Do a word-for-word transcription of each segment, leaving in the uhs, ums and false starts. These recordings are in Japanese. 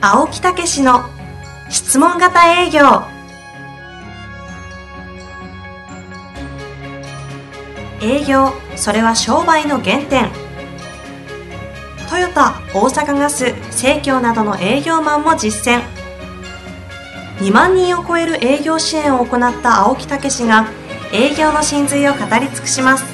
青木武氏の質問型営業。営業、それは商売の原点。トヨタ、大阪ガス、生協などの営業マンも実践。にまんにんを超える営業支援を行った青木武氏が営業の真髄を語り尽くします。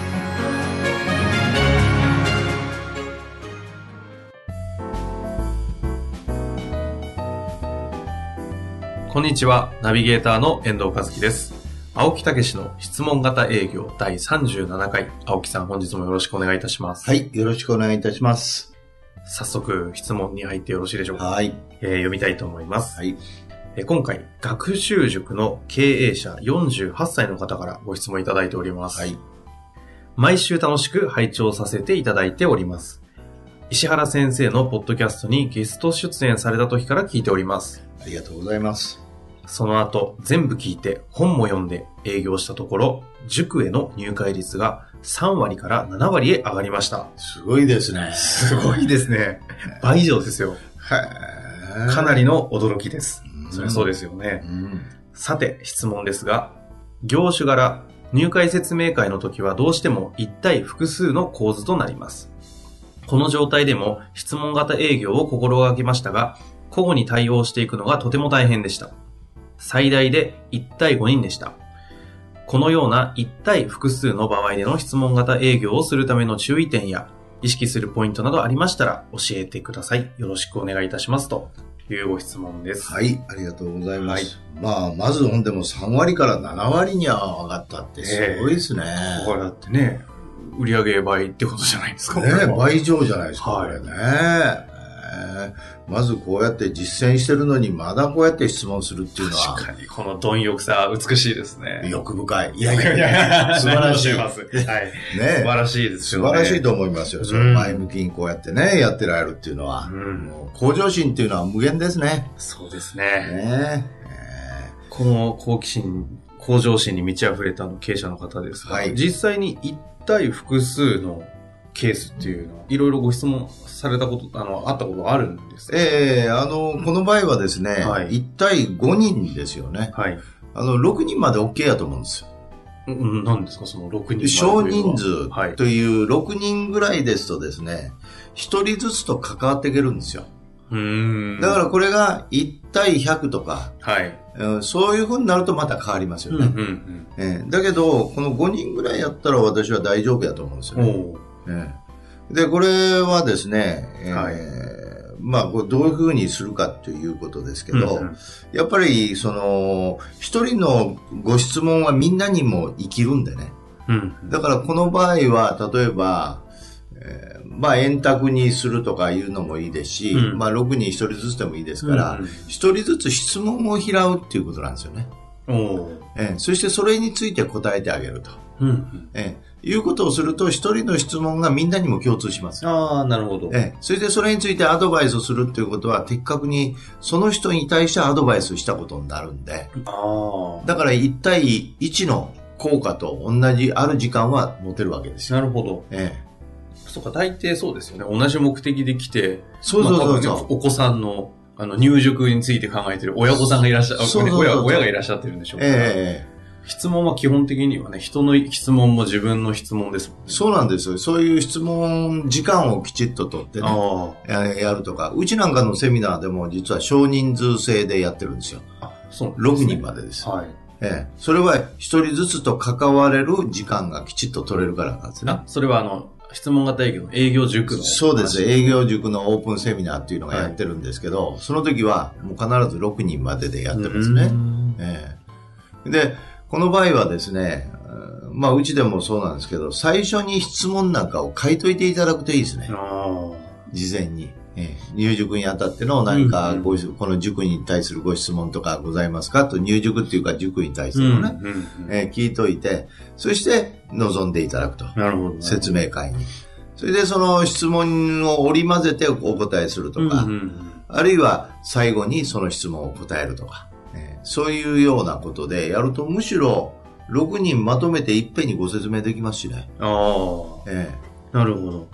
こんにちは、ナビゲーターの遠藤和樹です。青木武の質問型営業だいさんじゅうななかい。青木さん、本日もよろしくお願いいたします。 はい、よろしくお願いいたします。 早速質問に入ってよろしいでしょうか。 はい、 えー、読みたいと思います。 はい。 えー、今回、学習塾の経営者よんじゅうはっさいの方からご質問いただいております。 はい。 毎週楽しく拝聴させていただいております。石原先生のポッドキャストにゲスト出演された時から聞いております。 ありがとうございます。 その後、全部聞いて本も読んで営業したところ、塾への入会率がさんわりからななわりへ上がりました。 すごいですね。 すごいですね。倍以上ですよ。かなりの驚きです。そりゃそうですよね。 うん、 さて、質問ですが、業種柄、入会説明会の時はどうしても一対複数の構図となります。この状態でも質問型営業を心がけましたが、交互に対応していくのがとても大変でした。最大でいちたいごにんでした。このようないち対複数の場合での質問型営業をするための注意点や意識するポイントなどありましたら教えてください。よろしくお願いいたしますというご質問です。 はい、ありがとうございます。はい、まあ、まずほんでもさんわりからななわりには上がったってすごいですね。 えー、これだってね、売上倍ってことじゃないですか。 ね、倍以上じゃないですか、 はい、 これね。まずこうやって実践してるのにまだこうやって質問するっていうのは確かにこの貪欲さ美しいですね。 欲深い。いやいやいや素晴らしい。 はい。ね、素晴らしいですよね。 素晴らしいと思いますよ。その前向きにこうやってね、やってられるっていうのは。うん、もう向上心っていうのは無限ですね。 そうですね。 ねえー、この好奇心、向上心に満ち溢れたの経営者の方ですが、はい、実際に一対複数のケースっていうのはいろいろご質問されたこと、あの、あったことがあるんですか？ ええー、あの、この場合はですね、はい、いち対ごにんですよね。 はい。 あの、ろくにんまで OK やと思うんですよ。 うん、何ですかそのろくにんまで。 少人数というろくにんぐらいですとですね、ひとりずつと関わっていけるんですよ。 うーん。 だからこれがいち対ひゃくとか、 はい。 そういう風になるとまた変わりますよね。 うんうんうんえー、だけど、このごにんぐらいやったら私は大丈夫やと思うんですよね。 おえー、で、これはですね、えーはい、 まあ、これどういう風にするかということですけど、うんうん、やっぱり、その、一人のご質問はみんなにも生きるんでね。 うんうん、 だからこの場合は、例えば、えー、まあ、円卓にするとかいうのもいいですし、うん、まあ、ろくにんひとりずつでもいいですから、ひとりずつ質問を拾うっていうことなんですよね。 おえー、そしてそれについて答えてあげると。 うんうんえーいうことをすると、一人の質問がみんなにも共通します。 ああ、なるほど。 ええ、それでそれについてアドバイスをするっていうことは、的確にその人に対してアドバイスしたことになるんで。 ああ。 だからいち対いちの効果と同じある時間は持てるわけですよ。 なるほど。 ええ。 そうか、大抵そうですよね。同じ目的で来て、 そうそうそうそう、 まあね、お子さんの、あの、入塾について考えてる親御さんがいらっしゃる、そうそうそうそう、親、親がいらっしゃってるんでしょうから。ええ。質問は基本的にはね、人の質問も自分の質問ですもんね。 そうなんですよ。そういう質問時間をきちっと取ってね、や, やるとか。うちなんかのセミナーでも実は少人数制でやってるんですよ。 あ、そうなんですね。 ろくにんまでです。 はい。 ええ、それは一人ずつと関われる時間がきちっと取れるからなんですね。 あ、それはあの、質問型営業の営業塾の。 そうです。営業塾のオープンセミナーっていうのがやってるんですけど、はい、その時はもう必ずろくにんまででやってますね。ええ、で、この場合はですね、まあうちでもそうなんですけど、最初に質問なんかを書いといていただくといいですね。事前に。えー、入塾にあたっての何かご、うんうん、この塾に対するご質問とかございますかと、入塾っていうか塾に対してのね、うんうんうんえー、聞いといて、そして臨んでいただくと。 なるほど。 説明会に。それでその質問を織り交ぜてお答えするとか、うんうんうん、あるいは最後にその質問を答えるとか、えー、そういうようなことでやると、むしろろくにんまとめていっぺんにご説明できますしね。 ああ、えー、なるほど。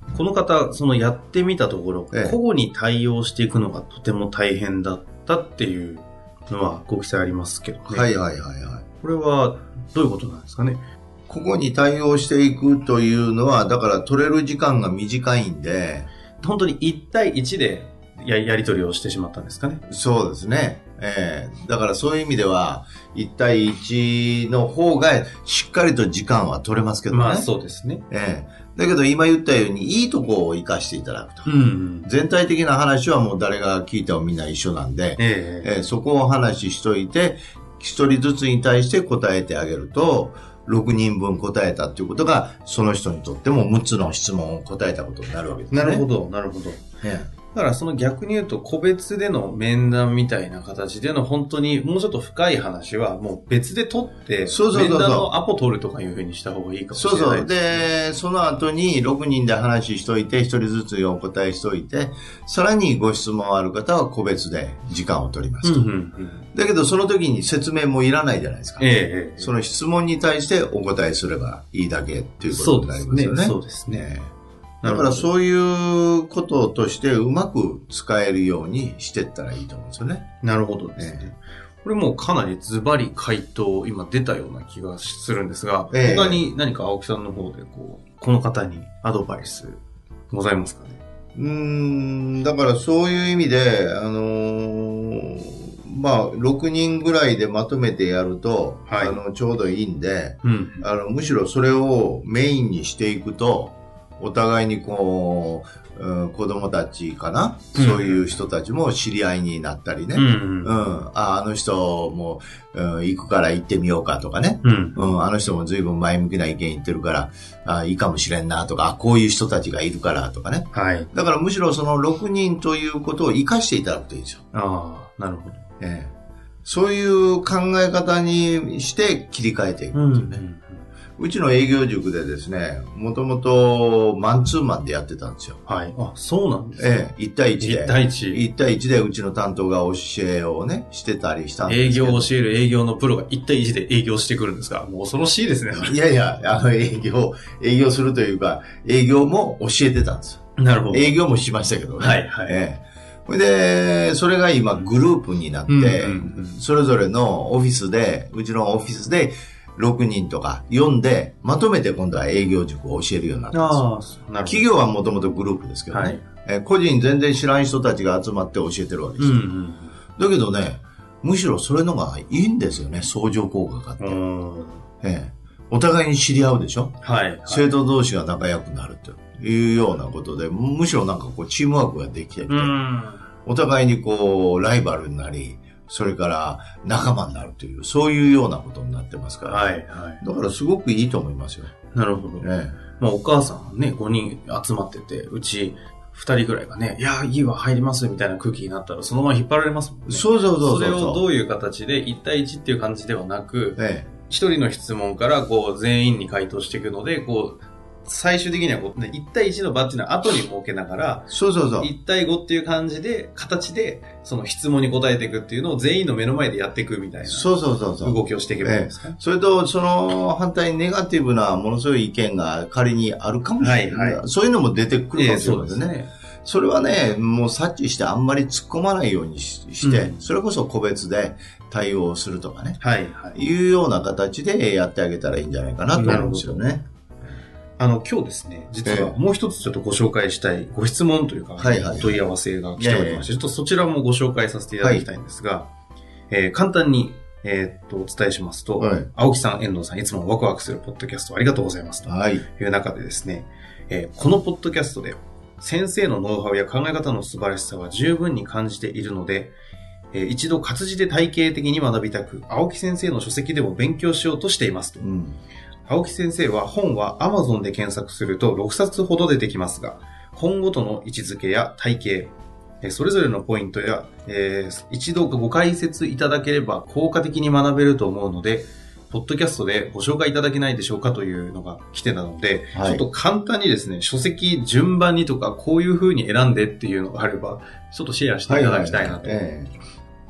この方、そのやってみたところ、 ええ、 個々に対応していくのがとても大変だったっていうのはご記載ありますけどね。 はいはいはいはい。 これはどういうことなんですかね。 個々に対応していくというのは、だから取れる時間が短いんで、 本当にいち対いちで や, やり取りをしてしまったんですかね。 そうですね。ええ、だからそういう意味では、いち対いちの方がしっかりと時間は取れますけどね。 まあそうですね。 ええ。だけど今言ったように、いいとこを生かしていただくと。 うんうん、 全体的な話はもう誰が聞いてもみんな一緒なんで、ええええ、そこを話しといて、一人ずつに対して答えてあげると、ろくにんぶん答えたっていうことが、その人にとってもむっつの質問を答えたことになるわけですね。 なるほど、なるほど。 ええ、 だからその逆に言うと個別での面談みたいな形での本当にもうちょっと深い話はもう別で取って面談のアポ取るとかいう風にした方がいいかもしれないですね。 そうそう。で、その後にろくにんで話しといてひとりずつお答えしといて、さらにご質問ある方は個別で時間を取りますと。うんうんうん、だけどその時に説明もいらないじゃないですか。ええ、その質問に対してお答えすればいいだけっていうことになりますよね。 そうですね。そうですね。 だからそういうこととしてうまく使えるようにしていったらいいと思うんですよね。 なるほどですね。えー、これもうかなりズバリ回答今出たような気がするんですが、えー、他に何か青木さんの方でこうこの方にアドバイスございますかね。 うーん、だからそういう意味であのー、まあろくにんぐらいでまとめてやると、はい、あのちょうどいいんで、うん、あのむしろそれをメインにしていくと。お互いにこう、うん、子供たちかな、うん、そういう人たちも知り合いになったりね。うんうんうん、あ, あの人も、うん、行くから行ってみようかとかね。うんうん、あの人も随分前向きな意見言ってるから、あいいかもしれんなとか、あこういう人たちがいるからとかね。はい、だからむしろそのろくにんということを活かしていただくといいですよ。 ああ、なるほど、 ええ。そういう考え方にして切り替えていくっていうね。うんうん、うちの営業塾でですね、もともとマンツーマンでやってたんですよ。 はい。あ、そうなんですね。 ええ、いち対いちで。 いち対いち。 いち対いちでうちの担当が教えをね、してたりしたんですけど。 営業を教える営業のプロがいち対いちで営業してくるんですか？もう恐ろしいですね。 いやいや、あの営業、営業するというか、営業も教えてたんですよ。 なるほど。 営業もしましたけどね。 はいはい。ええ。で、それが今グループになって、うんうんうん、それぞれのオフィスで、うちのオフィスで、ろくにんとか呼んで、まとめて今度は営業塾を教えるようになったんですよ。企業はもともとグループですけどね、はい、え個人全然知らん人たちが集まって教えてるわけですよ。うんうん、だけどね、むしろそれのがいいんですよね、相乗効果があって。ええ、お互いに知り合うでしょ、はいはい、生徒同士が仲良くなるというようなことで、むしろなんかこうチームワークができてて、お互いにこうライバルになり、それから仲間になるという、そういうようなことになってますから。はいはい。だからすごくいいと思いますよ。 なるほど。ね、まあお母さんね、ごにん集まってて、うちふたりぐらいがね、いや、いいわ、入りますみたいな空気になったら、そのまま引っ張られますもんね。 そうそうそうそう。 それをどういう形で、いち対いちっていう感じではなく、ええ、ひとりの質問からこう全員に回答していくので、こう、最終的にはこう、ね、いち対いちの場っていうのは後に設けながら、 そうそうそう。 いち対ごっていう感じで、形で、その質問に答えていくっていうのを全員の目の前でやっていくみたいな。 そうそうそうそう。 動きをしていけばいいんですか、ね、 ええ、それと、その反対にネガティブなものすごい意見が仮にあるかもしれない。はいはい、そういうのも出てくるかもしれないですね。ええ、そうですね。それはね、もう察知してあんまり突っ込まないようにして、うん、それこそ個別で対応するとかね。はいはい。いうような形でやってあげたらいいんじゃないかなと思うんですよね。 あの、今日ですね、実はもう一つちょっとご紹介したいご質問というか、はいはい、お問い合わせが来ておりまして、ちょっとそちらもご紹介させていただきたいんですが、はい、えー、簡単に、えー、っと、お伝えしますと、はい、青木さん、遠藤さん、いつもワクワクするポッドキャストありがとうございますという中でですね、えー、このポッドキャストで先生のノウハウや考え方の素晴らしさは十分に感じているので、えー、一度活字で体系的に学びたく、青木先生の書籍でも勉強しようとしていますと。うん、青木先生は本は Amazon で検索するとろくさつほど出てきますが、本ごとの位置づけや体系、それぞれのポイントや、えー、一度ご解説いただければ効果的に学べると思うので、ポッドキャストでご紹介いただけないでしょうかというのが来てたので、はい、ちょっと簡単にですね、書籍順番にとかこういう風に選んでっていうのがあれば、ちょっとシェアしていただきたいなと。はいはいはい、えー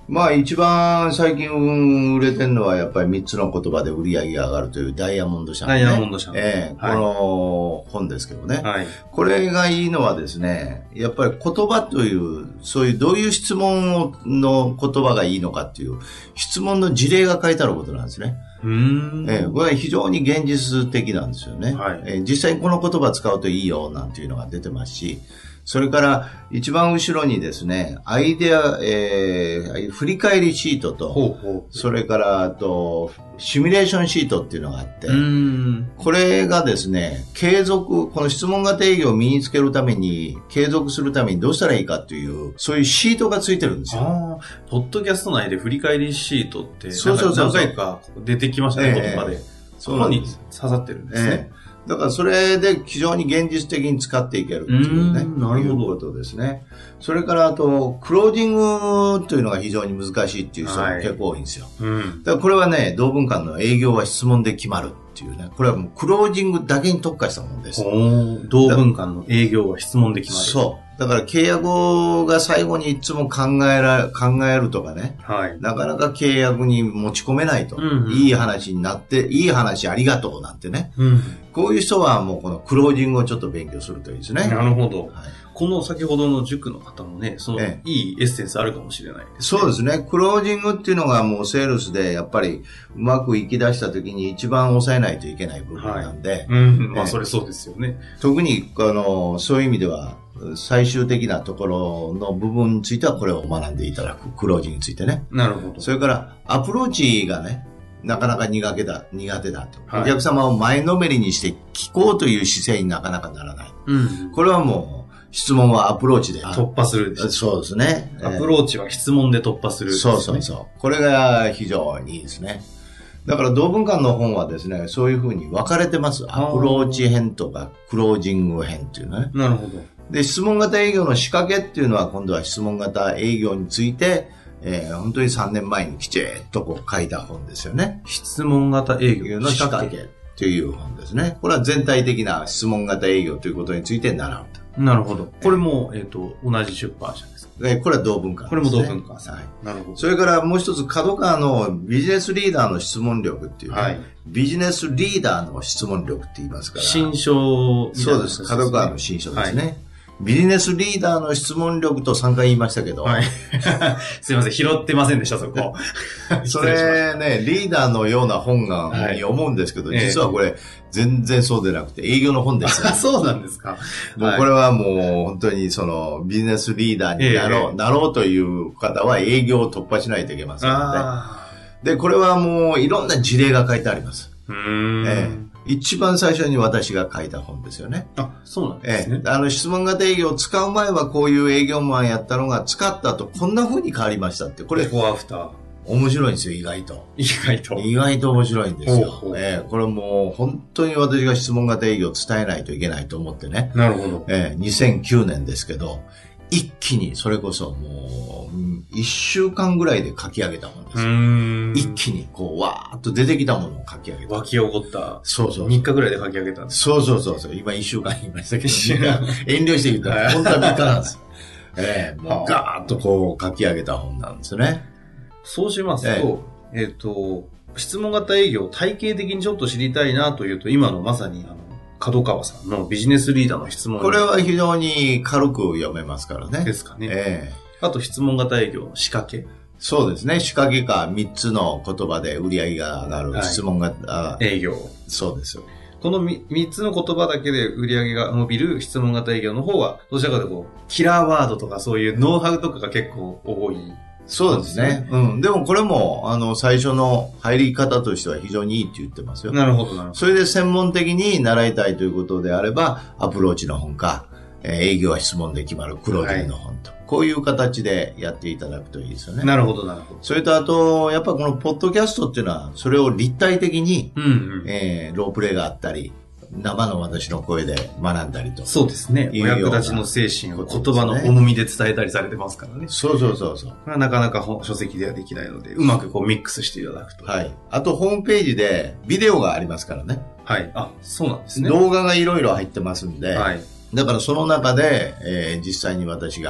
まあ一番最近売れてるのはやっぱりみっつの言葉で売り上げが上がるというダイヤモンド社の、ね、 ダイヤモンド社の、 えーはい、この本ですけどね、 はい、 これがいいのはですね、やっぱり言葉というそういうどういう質問をの言葉がいいのかっていう質問の事例が書いてあることなんですね。 うーんえー、これは非常に現実的なんですよね、 はいえー、実際にこの言葉使うといいよなんていうのが出てますし、それから一番後ろにですね、アイデア、えー、振り返りシートと、 ほうほうそれからあとシミュレーションシートっていうのがあって、 うーんこれがですね、継続、この質問型営業を身につけるために、継続するためにどうしたらいいかっていう、そういうシートがついてるんですよ。 ああ、ポッドキャスト内で振り返りシートって、 そうそうそうそう何回か出てきましたね、 ええ言葉で。 そうここに刺さってるんですね。 ええだからそれで非常に現実的に使っていけるっていうね。 うんなるほどいうことですね。それからあと、クロージングというのが非常に難しいっていう人が結構多いんですよ。 はいうん、 だからこれはね、同文館の営業は質問で決まるっていうね。これはもうクロージングだけに特化したものです。 同文館の営業は質問で決まる。 そう。だから契約が最後にいつも考えら、考えるとかね。 はい。 なかなか契約に持ち込めないと。 うんうん、 いい話になって、いい話ありがとうなんてね。 うんこういう人はもうこのクロージングをちょっと勉強するといいですね。 なるほど。 はい、 この先ほどの塾の方もね、その、 ええ、 いいエッセンスあるかもしれないですね。そうですね。クロージングっていうのがもうセールスでやっぱりうまくいき出した時に一番抑えないといけない部分なんで。はい、 うん、まあそれそうですよね。 特にあの、そういう意味では最終的なところの部分についてはこれを学んでいただく。クロージングについてね。 なるほど。 それからアプローチがね、なかなか苦手だ、苦手だと、はい。お客様を前のめりにして聞こうという姿勢になかなかならない。うん、これはもう、質問はアプローチで。 突破するでしょ。 そうですね。 アプローチは質問で突破する、ね。 そうそうそう。これが非常にいいですね。だから同文館の本はですね、そういうふうに分かれてます。アプローチ編とか、クロージング編っていうね。 なるほど。 で、質問型営業の仕掛けっていうのは今度は質問型営業について、えー、本当にさんねんまえにきちっとこう書いた本ですよね。 質問型営業の仕掛けという本ですね。これは全体的な質問型営業ということについて習うと。 なるほど。これも、えっと、同じ出版社ですか？ えー、これは同文館ですね。 これも同文館。 はい。 なるほど。 それからもう一つ、角川のビジネスリーダーの質問力っていう、ね、はい、ビジネスリーダーの質問力って言いますから。 新書みたいな、 そうです。角川の新書ですね。はい、ビジネスリーダーの質問力とさんかい言いましたけど。はい。 すいません、拾ってませんでした、そこ。 それね、リーダーのような本がに思うんですけど、はい、実はこれ、全然そうでなくて、営業の本ですよ。 そうなんですか。 もうこれはもう本当にそのビジネスリーダーになろう、えー、なろうという方は営業を突破しないといけませんので。で、これはもういろんな事例が書いてあります。 うーん。 えー一番最初に私が書いた本ですよね。 あ、そうなんですね。 ええ、あの質問型営業を使う前はこういう営業マンやったのが使った後こんな風に変わりましたって。これ、 ビフォーアフター。 面白いんですよ、意外と。 意外と。 意外と面白いんですよ。 ほうほうええ、これもう本当に私が質問型営業を伝えないといけないと思ってね。 なるほど。 ええ、にせんきゅうねんですけど、一気にそれこそもう、一週間ぐらいで書き上げた本ですよ。 うーん一気にこう、わーっと出てきたものを書き上げた。 湧き起こった。 そうそう。 みっかぐらいで書き上げたんです。 そうそうそうそう。今一週間言いましたけど、遠慮して言ったら、本当はみっかなんですよ。ええもうガーッとこう書き上げた本なんですね。 そうしますと、えっ、えー、と、質問型営業、体系的にちょっと知りたいなというと、今のまさにあの、角川さんのビジネスリーダーの質問。 これは非常に軽く読めますからね。 ですかね。 ええあと質問型営業の仕掛け。 そうですね。仕掛けかみっつの言葉で売り上げが上がる、はい、質問型営業。 そうです。 この 3, 3つの言葉だけで売り上げが伸びる質問型営業の方は、どちらかというとキラーワードとかそういうノウハウとかが結構多い。 そうですね。うん。でもこれも、あの、最初の入り方としては非常にいいって言ってますよ。 なるほど、なるほど。 それで専門的に習いたいということであれば、アプローチの本か、えー、営業は質問で決まるクロージングの本と、はい、こういう形でやっていただくといいですよね。 なるほど、なるほど。 それとあと、やっぱこのポッドキャストっていうのは、それを立体的に、うんうん、えー、ロープレイがあったり、生の私の声で学んだりと。 そうですね。お役立ちの精神を言葉の重みで伝えたりされてますからね。 そうそうそうそう。 これはなかなか書籍ではできないので、うまくこうミックスしていただくと。 はい。あとホームページでビデオがありますからね。 はい。あ、そうなんですね。 動画がいろいろ入ってますんで、 はい。 だからその中で、えー、実際に私が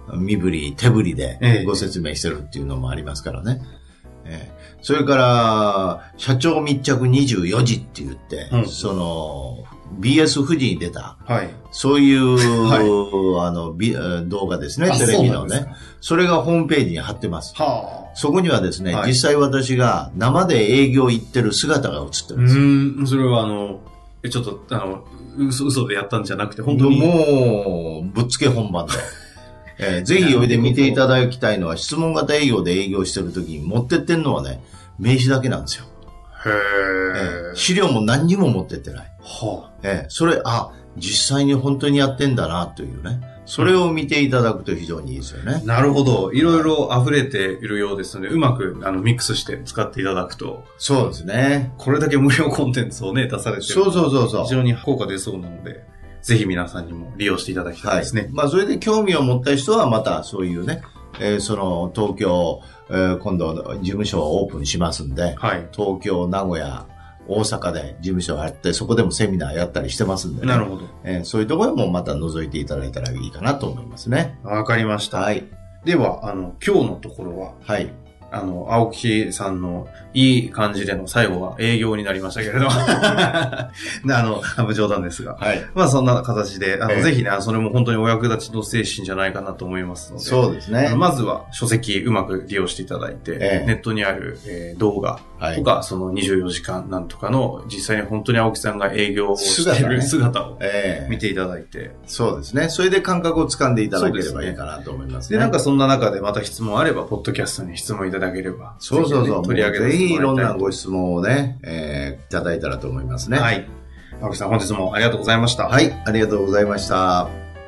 身振り手振りでご説明してるっていうのもありますからね。ええ、それから社長密着にじゅうよじって言って、うん、その ビーエス 富士に出た、はい、そういう、はい、あの動画ですね、テレビのね。それがホームページに貼ってます。はあ、そこにはですね、はい、実際私が生で営業行ってる姿が映ってるんです。 うん、それはあのちょっとあの嘘嘘でやったんじゃなくて本当にもうぶっつけ本番で。えー、ぜひおいで見ていただきたいのは、質問型営業で営業してるときに持ってってんのはね、名刺だけなんですよ。へー、えー、資料も何にも持ってってない。はあ、えー、それ、あ、実際に本当にやってんだなというね。それを見ていただくと非常にいいですよね。 なるほど。いろいろ溢れているようですので、うまくあのミックスして使っていただくと。 そうですね。 これだけ無料コンテンツをね、出されてる。 そうそうそうそう。 非常に効果出そうなので。ぜひ皆さんにも利用していただきたいですね。はい、 まあ、それで興味を持った人はまたそういうね、えー、その東京、えー、今度事務所をオープンしますんで、はい、東京、名古屋、大阪で事務所があって、そこでもセミナーやったりしてますんでね。 なるほど。 えー、そういうところもまた覗いていただいたらいいかなと思いますね。 わかりました。はい。では、あの、今日のところは、はい。あの、青木さんのいい感じでの最後は営業になりましたけれども。あの、冗談ですが。はい。まあそんな形で、あの、えー、ぜひね、それも本当にお役立ちの精神じゃないかなと思いますので。 そうですね。 まずは書籍うまく利用していただいて、えー、ネットにある、えー、動画とか、はい、そのにじゅうよじかんなんとかの実際に本当に青木さんが営業をしている姿を見ていただいて、えー。そうですね。それで感覚をつかんでいただければいいかなと思いますね。 で、なんかそんな中でまた質問あれば、ポッドキャストに質問いただければ。 そうそうそう。 取り上げてぜひいろんなご質問をね、えー、いただいたらと思いますね。 はい。青木さん、本日もありがとうございました。 はい、ありがとうございました。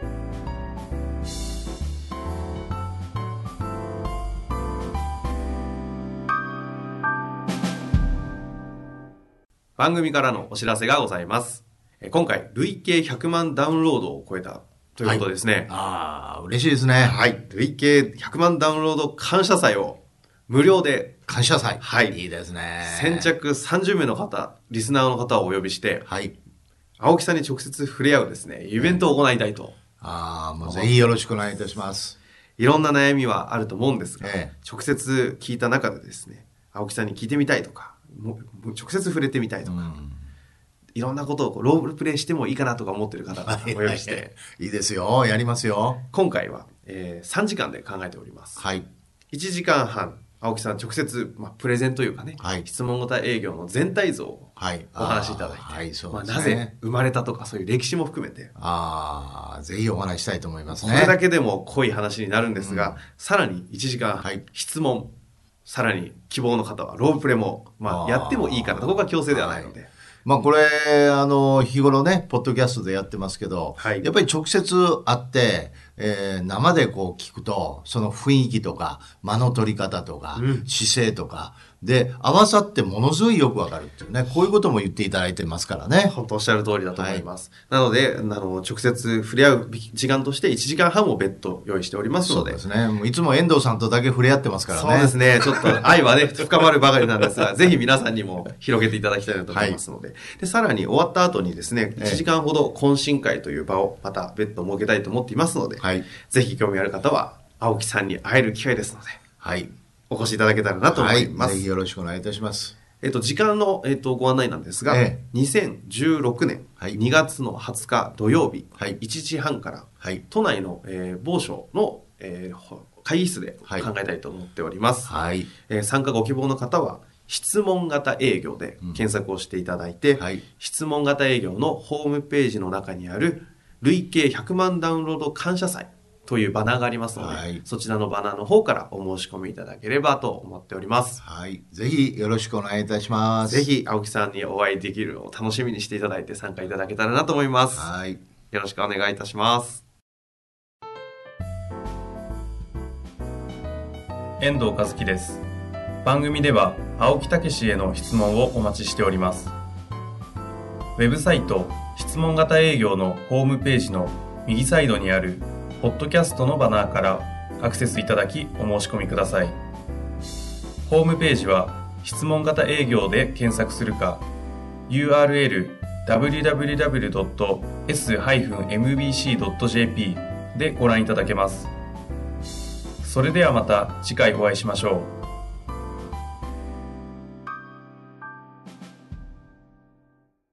番組からのお知らせがございます。今回、累計ひゃくまんダウンロードを超えたということですね。はい、 ああ、嬉しいですね。 はい。累計ひゃくまんダウンロード感謝祭を無料で。 感謝祭。 はい。 いいですね。 先着さんじゅうめいの方、リスナーの方をお呼びして、はい。青木さんに直接触れ合うですね、イベントを行いたいと。 ああ、もうぜひよろしくお願いいたします。 いろんな悩みはあると思うんですが、ええ、直接聞いた中でですね、青木さんに聞いてみたいとか、もう直接触れてみたいとか、うん、いろんなことをこうロールプレイしてもいいかなとか思っている方々をお呼びして、 いいですよ、やりますよ。 今回は、えー、さんじかんで考えております。はい。いちじかんはん、青木さん直接、まあ、プレゼンというかね、はい、質問型営業の全体像をお話しいただいて、はい、そうですね。まあ、なぜ生まれたとかそういう歴史も含めて、 ああ、ぜひお話したいと思いますね。 これだけでも濃い話になるんですが、うん、さらにいちじかん、はい、質問、さらに希望の方はロールプレイも、まあ、やってもいいかなと、ここが強制ではないので。はい、 まあこれ、あの、日頃ね、ポッドキャストでやってますけど、はい、やっぱり直接会って、えー、生でこう聞くと、その雰囲気とか、間の取り方とか、うん、姿勢とか、で、合わさってものすごいよくわかるっていうね、こういうことも言っていただいてますからね。 本当おっしゃる通りだと思います。はい、なので、あの、直接触れ合う時間としていちじかんはんを別途用意しておりますので。 そうですね。もういつも遠藤さんとだけ触れ合ってますからね。 そうですね。ちょっと愛はね、深まるばかりなんですが、ぜひ皆さんにも広げていただきたいなと思いますので。はい、で、さらに終わった後にですね、いちじかんほど懇親会という場をまた別途設けたいと思っていますので、はい、ぜひ興味ある方は、青木さんに会える機会ですので、はい。お越しいただけたらなと思います。 はい、ぜひよろしくお願いいたします。 えっと、時間の、えっと、ご案内なんですが、ええ、にせんじゅうろくねんにがつのはつか土曜日、はい、いちじはんから、はい、都内の、えー、某所の、えー、会議室で考えたいと思っております。はいえー、参加ご希望の方は、質問型営業で検索をしていただいて、うんはい、質問型営業のホームページの中にある累計ひゃくまんダウンロード感謝祭というバナーがありますので、はい、そちらのバナーの方からお申し込みいただければと思っております。 はい。ぜひよろしくお願いいたします。 ぜひ青木さんにお会いできるのを楽しみにしていただいて参加いただけたらなと思います。はい。よろしくお願いいたします。遠藤和樹です。番組では青木武氏への質問をお待ちしております。ウェブサイト質問型営業のホームページの右サイドにあるポッドキャストのバナーからアクセスいただきお申し込みください。ホームページは質問型営業で検索するか ユーアールエル ダブリューダブリューダブリュードットエス エムビーシー ドット ジェーピー でご覧いただけます。 それではまた次回お会いしましょう。